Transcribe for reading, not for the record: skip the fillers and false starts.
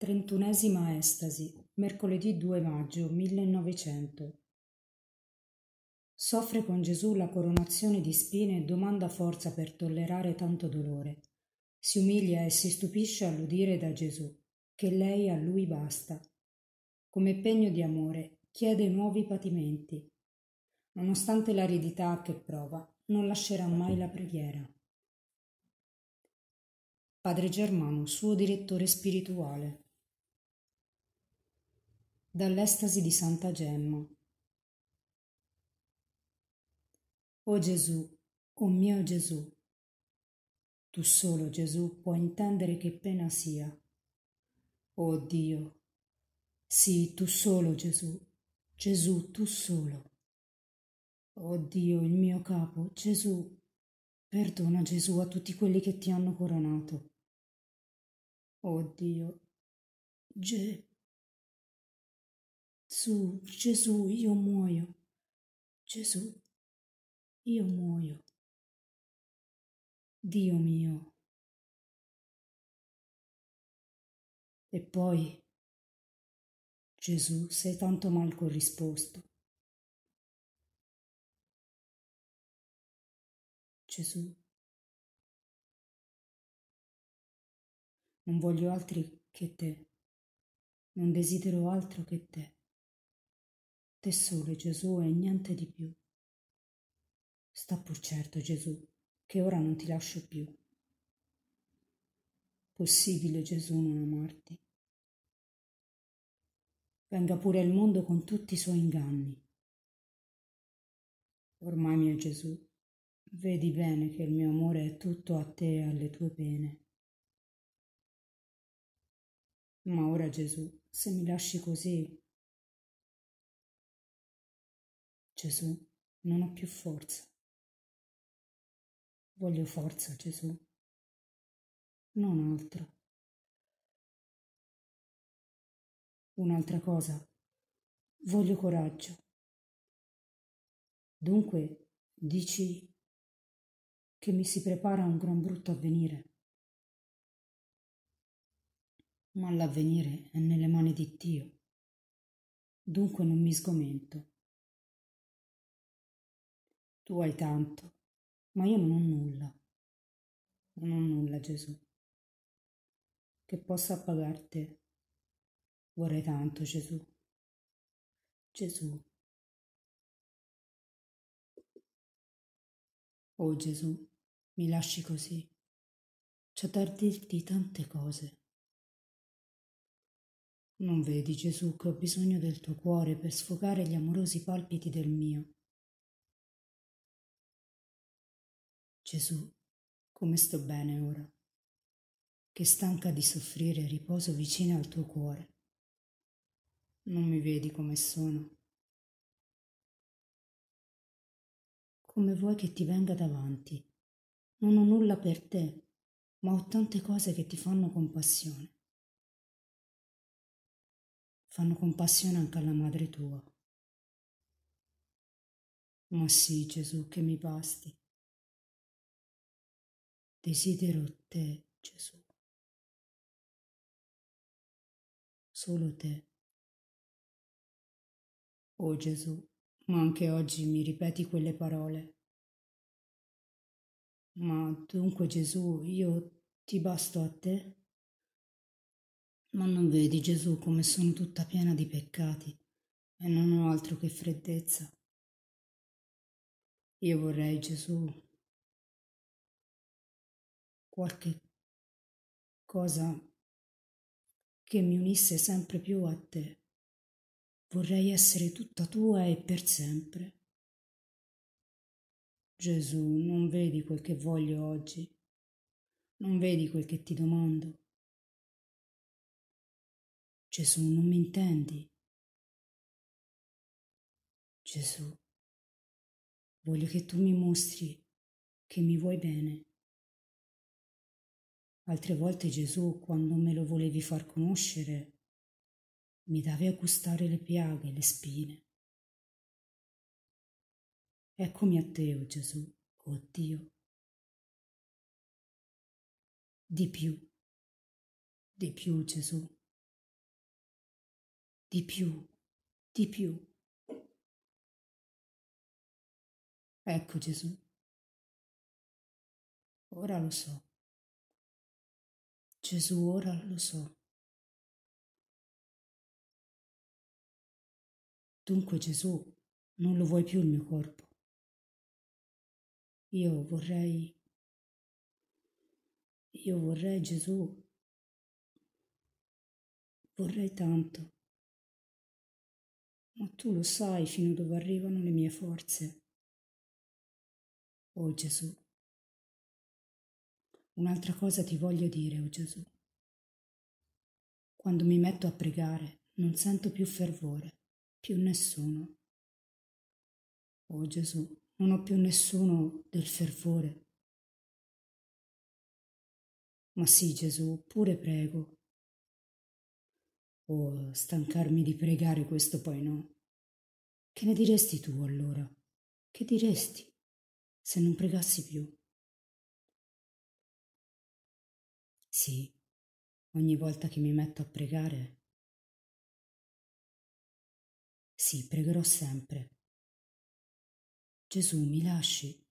Trentunesima estasi, mercoledì 2 maggio 1900. Soffre con Gesù la coronazione di spine e domanda forza per tollerare tanto dolore. Si umilia e si stupisce all'udire da Gesù che lei a lui basta. Come pegno di amore chiede nuovi patimenti. Nonostante l'aridità che prova, non lascerà mai la preghiera. Padre Germano, suo direttore spirituale. Dall'estasi di Santa Gemma. O Gesù, o mio Gesù, tu solo, Gesù, puoi intendere che pena sia. O Dio, sì, tu solo, Gesù, Gesù, tu solo. O Dio, il mio capo, Gesù, perdona Gesù a tutti quelli che ti hanno coronato. O Dio, Gesù, io muoio. Gesù, io muoio. Dio mio. E poi, Gesù, sei tanto mal corrisposto. Gesù, non voglio altri che te, non desidero altro che te. Te solo, Gesù, e niente di più. Sta pur certo, Gesù, che ora non ti lascio più. Possibile, Gesù, non amarti. Venga pure il mondo con tutti i suoi inganni. Ormai, mio Gesù, vedi bene che il mio amore è tutto a te e alle tue pene. Ma ora, Gesù, se mi lasci così, Gesù, non ho più forza. Voglio forza, Gesù, non altro. Un'altra cosa, voglio coraggio. Dunque, dici che mi si prepara un gran brutto avvenire. Ma l'avvenire è nelle mani di Dio. Dunque non mi sgomento. Tu hai tanto, ma io non ho nulla. Non ho nulla, Gesù, che possa pagar te. Vorrei tanto, Gesù. Gesù. Oh Gesù, mi lasci così. C'è da dirti tante cose. Non vedi, Gesù, che ho bisogno del tuo cuore per sfogare gli amorosi palpiti del mio. Gesù, come sto bene ora, che stanca di soffrire riposo vicino al tuo cuore. Non mi vedi come sono. Come vuoi che ti venga davanti? Non ho nulla per te, ma ho tante cose che ti fanno compassione. Fanno compassione anche alla madre tua. Ma sì, Gesù, che mi basti. Desidero te, Gesù. Solo te. Oh Gesù, ma anche oggi mi ripeti quelle parole. Ma dunque, Gesù, io ti basto a te? Ma non vedi, Gesù, come sono tutta piena di peccati e non ho altro che freddezza. Io vorrei, Gesù, qualche cosa che mi unisse sempre più a te. Vorrei essere tutta tua e per sempre. Gesù, non vedi quel che voglio oggi? Non vedi quel che ti domando? Gesù, non mi intendi? Gesù, voglio che tu mi mostri che mi vuoi bene. Altre volte, Gesù, quando me lo volevi far conoscere, mi davi a gustare le piaghe, le spine. Eccomi a te, oh Gesù, oh Dio. Di più, Gesù. di più, di più. Ecco Gesù, ora lo so. Gesù, ora lo so. Dunque Gesù, non lo vuoi più il mio corpo. Io vorrei Gesù, vorrei tanto, ma tu lo sai fino a dove arrivano le mie forze. Oh Gesù, un'altra cosa ti voglio dire, oh Gesù. Quando mi metto a pregare non sento più fervore, più nessuno. Oh Gesù, non ho più nessuno del fervore. Ma sì, Gesù, pure prego. Oh, stancarmi di pregare questo poi no. Che ne diresti tu allora? Che diresti se non pregassi più? Sì, ogni volta che mi metto a pregare, sì, pregherò sempre. Gesù, mi lasci?